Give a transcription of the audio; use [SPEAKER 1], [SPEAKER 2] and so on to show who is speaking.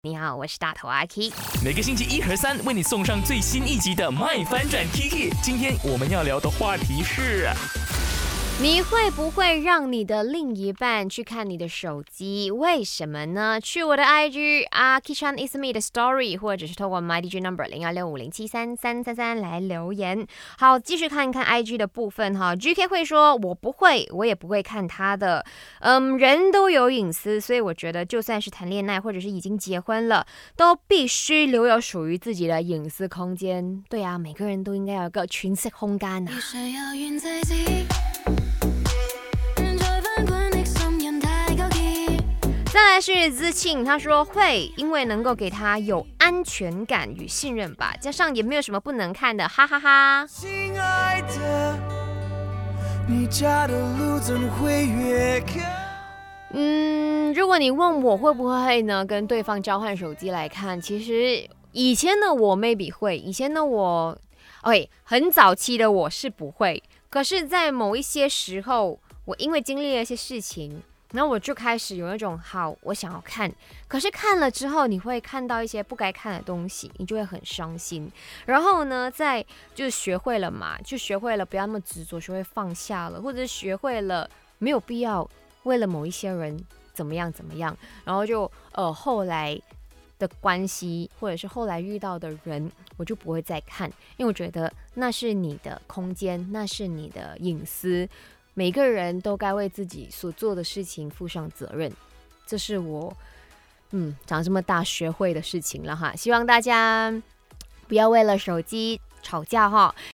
[SPEAKER 1] 你好，我是大头阿 K。
[SPEAKER 2] 每个星期一和三为你送上最新一集的《麦翻转 Kiki》。今天我们要聊的话题是：
[SPEAKER 1] 你会不会让你的另一半去看你的手机？为什么呢？去我的 IG Kishan is me 的 story， 或者是透过 my DJ number 0265073333来留言。好，继续看一看 IG 的部分哈。GK 会说，我不会，我也不会看他的。人都有隐私，所以我觉得就算是谈恋爱或者是已经结婚了，都必须留有属于自己的隐私空间。对啊，每个人都应该有一个群色空間啊。再来是资庆，他说会，因为能够给他有安全感与信任吧，加上也没有什么不能看的，哈哈哈。亲爱的，你家的路怎会越看？如果你问我会不会呢，跟对方交换手机来看，其实以前的我 maybe 会，以前的我很早期的我是不会，可是在某一些时候，我因为经历了一些事情，然后我就开始有一种好，我想要看，可是看了之后，你会看到一些不该看的东西，你就会很伤心。然后呢，就是学会了嘛，就学会了不要那么执着，学会放下了，或者学会了没有必要为了某一些人怎么样怎么样，然后就后来的关系，或者是后来遇到的人，我就不会再看，因为我觉得那是你的空间，那是你的隐私。每个人都该为自己所做的事情负上责任，这是我长这么大学会的事情了哈。希望大家不要为了手机吵架哈。